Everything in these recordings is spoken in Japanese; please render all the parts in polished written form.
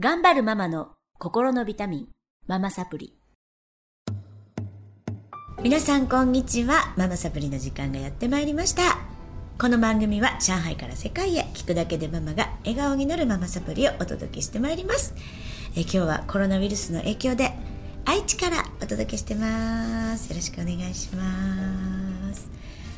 頑張るママの心のビタミン、ママサプリ。皆さんこんにちは。ママサプリの時間がやってまいりました。この番組は上海から世界へ、聞くだけでママが笑顔になるママサプリをお届けしてまいります。今日はコロナウイルスの影響で愛知からお届けしてます。よろしくお願いします。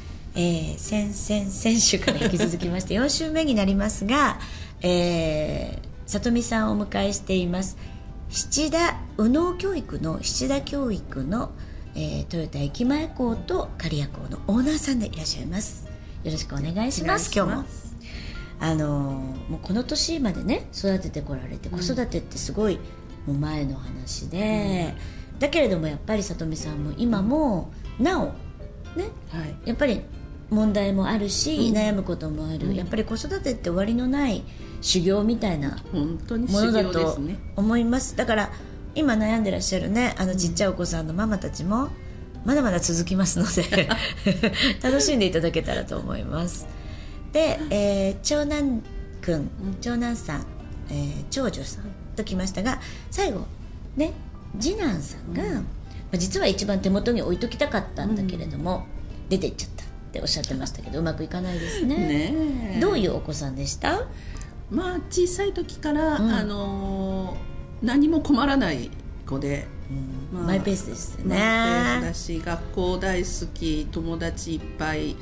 先週から引き続きまして4週目になりますが、さとみさんをお迎えしています。右脳教育の七田教育の、トヨタ駅前校と刈谷校のオーナーさんでいらっしゃいます。よろしくお願いします。今日ももうこの年までね育ててこられて、子育てってすごいもう前の話で、だけれどもやっぱりさとみさんも今もなおね、やっぱり問題もあるし、悩むこともある、やっぱり子育てって終わりのない修行みたいなものだと思います。だから今悩んでらっしゃるね、ちっちゃいお子さんのママたちもまだまだ続きますので楽しんでいただけたらと思います。で、長男さん、長女さんときましたが、最後ね次男さんが、実は一番手元に置いときたかったんだけれども、出ていっちゃったっておっしゃってましたけど、うまくいかないですね。どういうお子さんでした？ 小さい時から、何も困らない子で、 マイペースですね。 マイペースだし、学校大好き、友達いっぱい、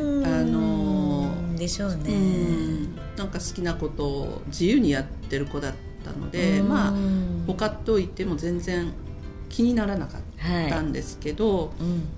でしょうね。 なんか好きなことを自由にやってる子だったので、ほかっといても全然気にならなかったんですけど、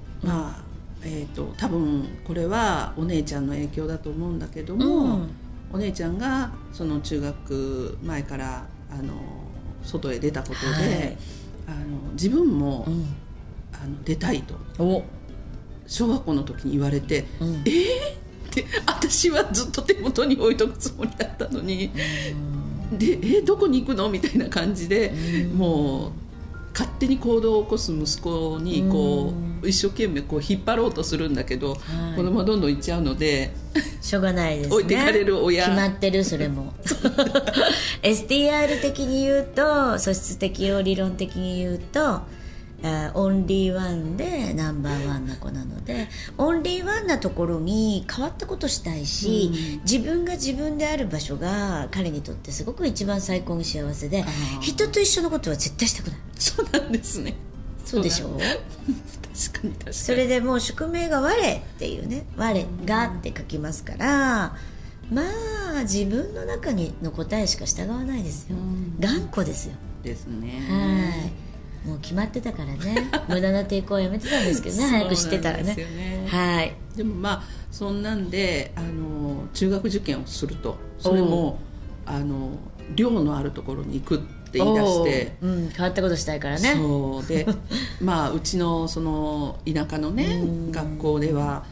多分これはお姉ちゃんの影響だと思うんだけども、お姉ちゃんがその中学前から外へ出たことで、自分も、出たいと小学校の時に言われて、って私はずっと手元に置いとくつもりだったのに、でどこに行くのみたいな感じで、もう勝手に行動を起こす息子に一生懸命引っ張ろうとするんだけど、子供はどんどん行っちゃうのでしょうがないですね。 置いてかれる親、 決まってる。それもSTR 的に言うと、素質適応理論的に言うと、オンリーワンでナンバーワンな子なので、オンリーワンなところに変わったことしたいし、自分が自分である場所が彼にとってすごく一番最高に幸せで、人と一緒のことは絶対したくない。 そうなんですね。 そうでしょう確かに。 それでもう宿命が我っていうね、我がって書きますから、自分の中の答えしか従わないですよ。頑固ですよ。 ですね。 もう決まってたからね無駄な抵抗はやめてたんですけどね早く知ってたらね。 でもそんなんで中学受験をすると、それも寮のあるところに行くって言い出して、 変わったことしたいからね。 そうでうちのその田舎のね学校では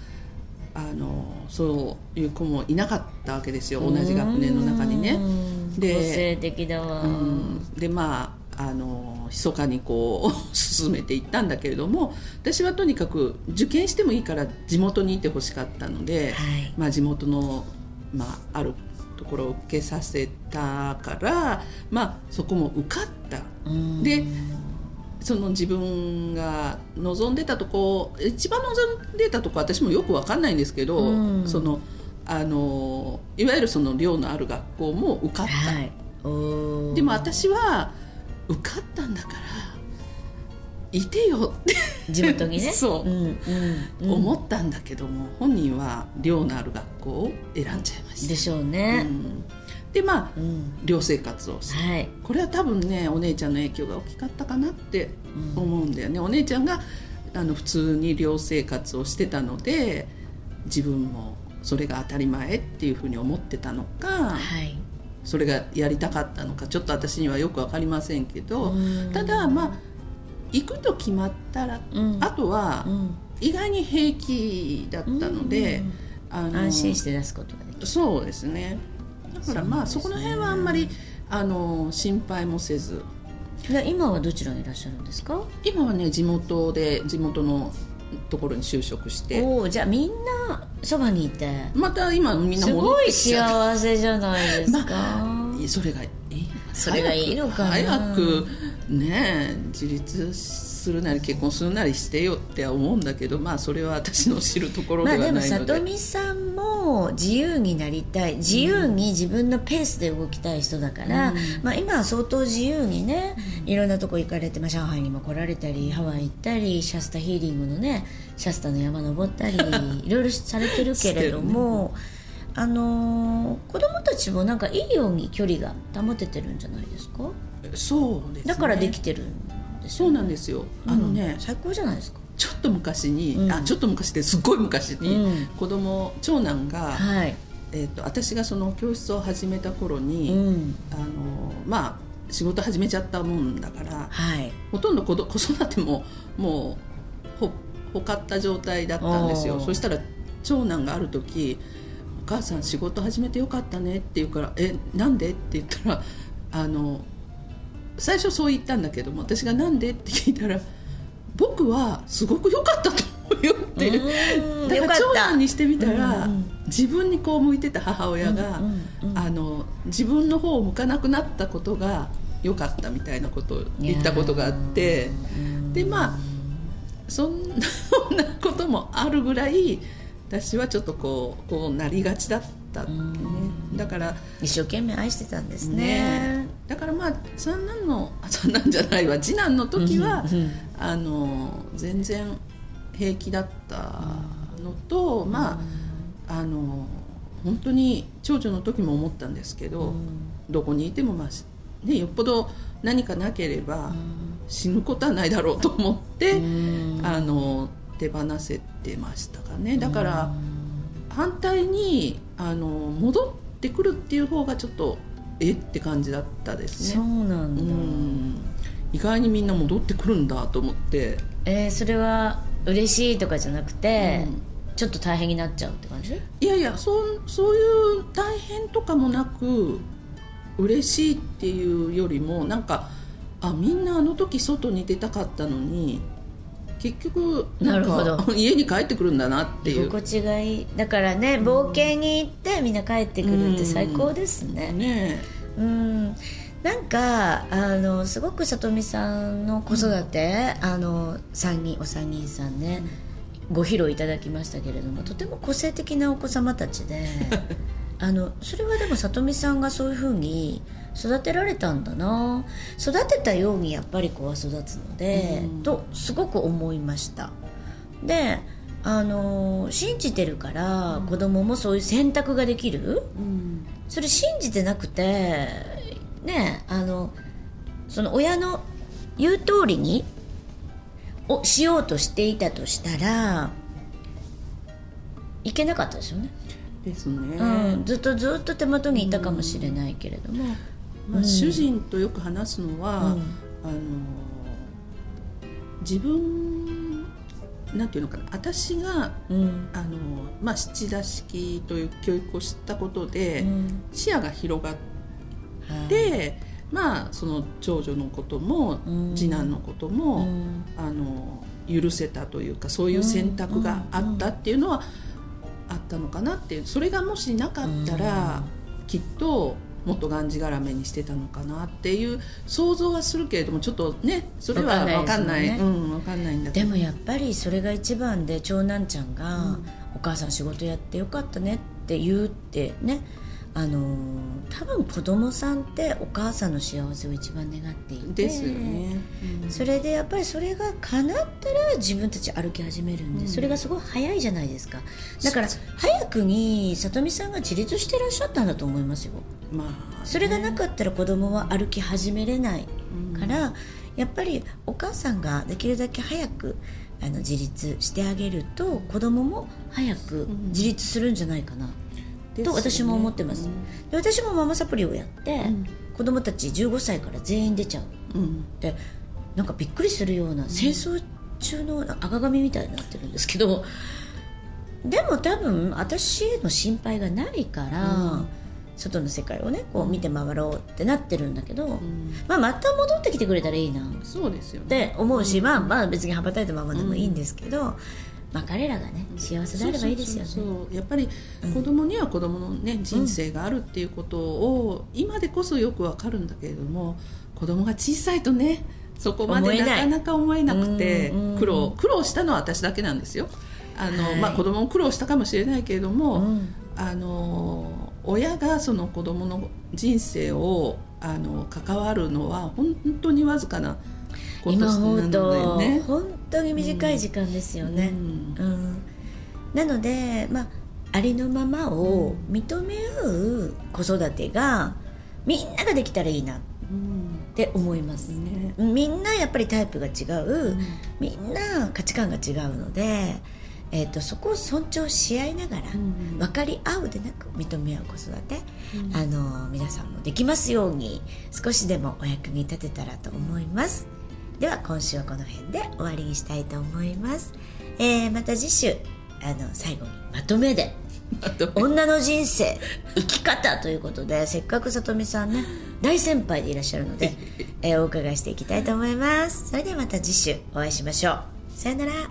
そういう子もいなかったわけですよ、同じ学年の中にね。で個性的だわ。 で密かに進めていったんだけれども、私はとにかく受験してもいいから地元にいてほしかったので、地元の、あるところを受けさせたから、そこも受かった。でその自分が望んでたとこ、一番望んでたとこ私もよく分かんないんですけど、そのいわゆるその寮のある学校も受かった、でも私は受かったんだからいてよって地元にねそう思ったんだけども、本人は寮のある学校を選んじゃいましたでしょうね。 で寮生活をして、これは多分ねお姉ちゃんの影響が大きかったかなって思うんだよね。お姉ちゃんが普通に寮生活をしてたので、自分もそれが当たり前っていうふうに思ってたのか、それがやりたかったのかちょっと私にはよく分かりませんけど、ただ行くと決まったら、あとは意外に平気だったので、 安心して出すことができる。 そうですね。だからそこの辺はあんまり心配もせず。 今はどちらにいらっしゃるんですか？ 今はね地元のところに就職して。 じゃあみんなそばにいて、 また今みんな戻ってきちゃう。 すごい幸せじゃないですか。 それがいい。 それがいいのかな。 早くね自立するなり結婚するなりしてよって思うんだけど、まあそれは私の知るところではないので、 でも里見さんも自由になりたい、自由に自分のペースで動きたい人だから、今は相当自由にね、いろんなとこ行かれて、上海にも来られたりハワイ行ったりシャスタヒーリングのねシャスタの山登ったりいろいろされてるけれども、子供たちもなんかいいように距離が保ててるんじゃないですか。 そうですね、 だからできてるんですよね。 そうなんですよ。 最高じゃないですか。 ちょっと昔に、ちょっと昔ってすっごい昔に、長男が、私がその教室を始めた頃に、仕事始めちゃったもんだから、ほとんど子育てももうほかった状態だったんですよ。そしたら長男がある時、お母さん仕事始めてよかったねって言うから、なんでって言ったら、最初そう言ったんだけども、私がなんでって聞いたら、僕はすごく良かったと思うよっていう。だから長男にしてみたら、自分にこう向いてた母親が、自分の方を向かなくなったことが良かったみたいなことを言ったことがあって、でそんなこともあるぐらい私はちょっとこうなりがちだったね。だから一生懸命愛してたんですね。 だから三男じゃないわ、次男の時は全然平気だったのと、本当に長女の時も思ったんですけど、どこにいてもよっぽど何かなければ死ぬことはないだろうと思って手放せてましたかね。だから反対に戻ってくるっていう方がちょっとって感じだったですね。 そうなんだ。 意外にみんな戻ってくるんだと思って、 それは嬉しいとかじゃなくて、ちょっと大変になっちゃうって感じ？ いやそういう大変とかもなく、嬉しいっていうよりも、なんかみんなあの時外に出たかったのに結局なんか家に帰ってくるんだなっていう。 心地がいい。だからね、冒険に行ってみんな帰ってくるって最高ですね。なんかすごく里見さんの子育て、お三人さんね、ご披露いただきましたけれども、とても個性的なお子様たちでそれはでも里見さんがそういう風に育てられたんだな、育てたようにやっぱり子は育つので、とすごく思いました。で信じてるから子供もそういう選択ができる、それ信じてなくてね、その親の言う通りにしようとしていたとしたらいけなかったですよね。 ですね。 ずっと手元にいたかもしれないけれども、 主人とよく話すのは、自分なんていうのかな、私が、七田式という教育を知ったことで、視野が広がって、その長女のことも、次男のことも、許せたというか、そういう選択があったっていうのはあったのかなっていう。それがもしなかったら、きっともっとがんじがらめにしてたのかなっていう想像はするけれども、ちょっとねそれは分かんない、分かんないんだけど、 でもやっぱりそれが一番で、長男ちゃんが、お母さん仕事やってよかったねって言うってね、多分子供さんってお母さんの幸せを一番願っていてですよね、 それでやっぱりそれが叶ったら自分たち歩き始めるんで、それがすごい早いじゃないですか。だから早くに里見さんが自立してらっしゃったんだと思いますよ。それがなかったら子供は歩き始めれないから、やっぱりお母さんができるだけ早く自立してあげると、子供も早く自立するんじゃないかな、と私も思ってます。で、私もママサプリをやって、子供たち15歳から全員出ちゃう、でなんかびっくりするような戦争中の赤髪みたいになってるんですけど、でも多分私への心配がないから、外の世界をねこう見て回ろうってなってるんだけど、また戻ってきてくれたらいいな、 そうですよね、 って思うし、別に羽ばたいたままでもいいんですけど、 まあ、彼らがね幸せであればいいですよね。 そうやっぱり子供には子供のね、人生があるっていうことを今でこそよくわかるんだけれども、子供が小さいとねそこまでなかなか思えなくて、苦労したのは私だけなんですよ。まあ、子供も苦労したかもしれないけれども、親がその子供の人生を関わるのは本当にわずかなことなのでね、 本当に短い時間ですよね。なので、まあ、ありのままを認め合う子育てがみんなができたらいいなって思います、みんなやっぱりタイプが違う、みんな価値観が違うので、そこを尊重し合いながら、分かり合うでなく認め合う子育て、皆さんもできますように少しでもお役に立てたらと思います。では今週はこの辺で終わりにしたいと思います。また次週最後にまとめで女の人生生き方ということで、せっかくさとみさんね大先輩でいらっしゃるので、お伺いしていきたいと思います。それではまた次週お会いしましょう。さよなら。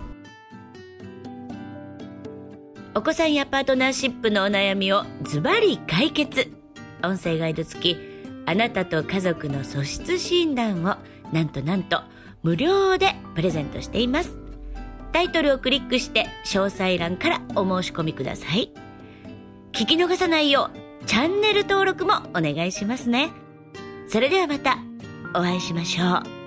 お子さんやパートナーシップのお悩みをズバリ解決、音声ガイド付きあなたと家族の素質診断をなんと無料でプレゼントしています。タイトルをクリックして詳細欄からお申し込みください。聞き逃さないようチャンネル登録もお願いしますね。それではまたお会いしましょう。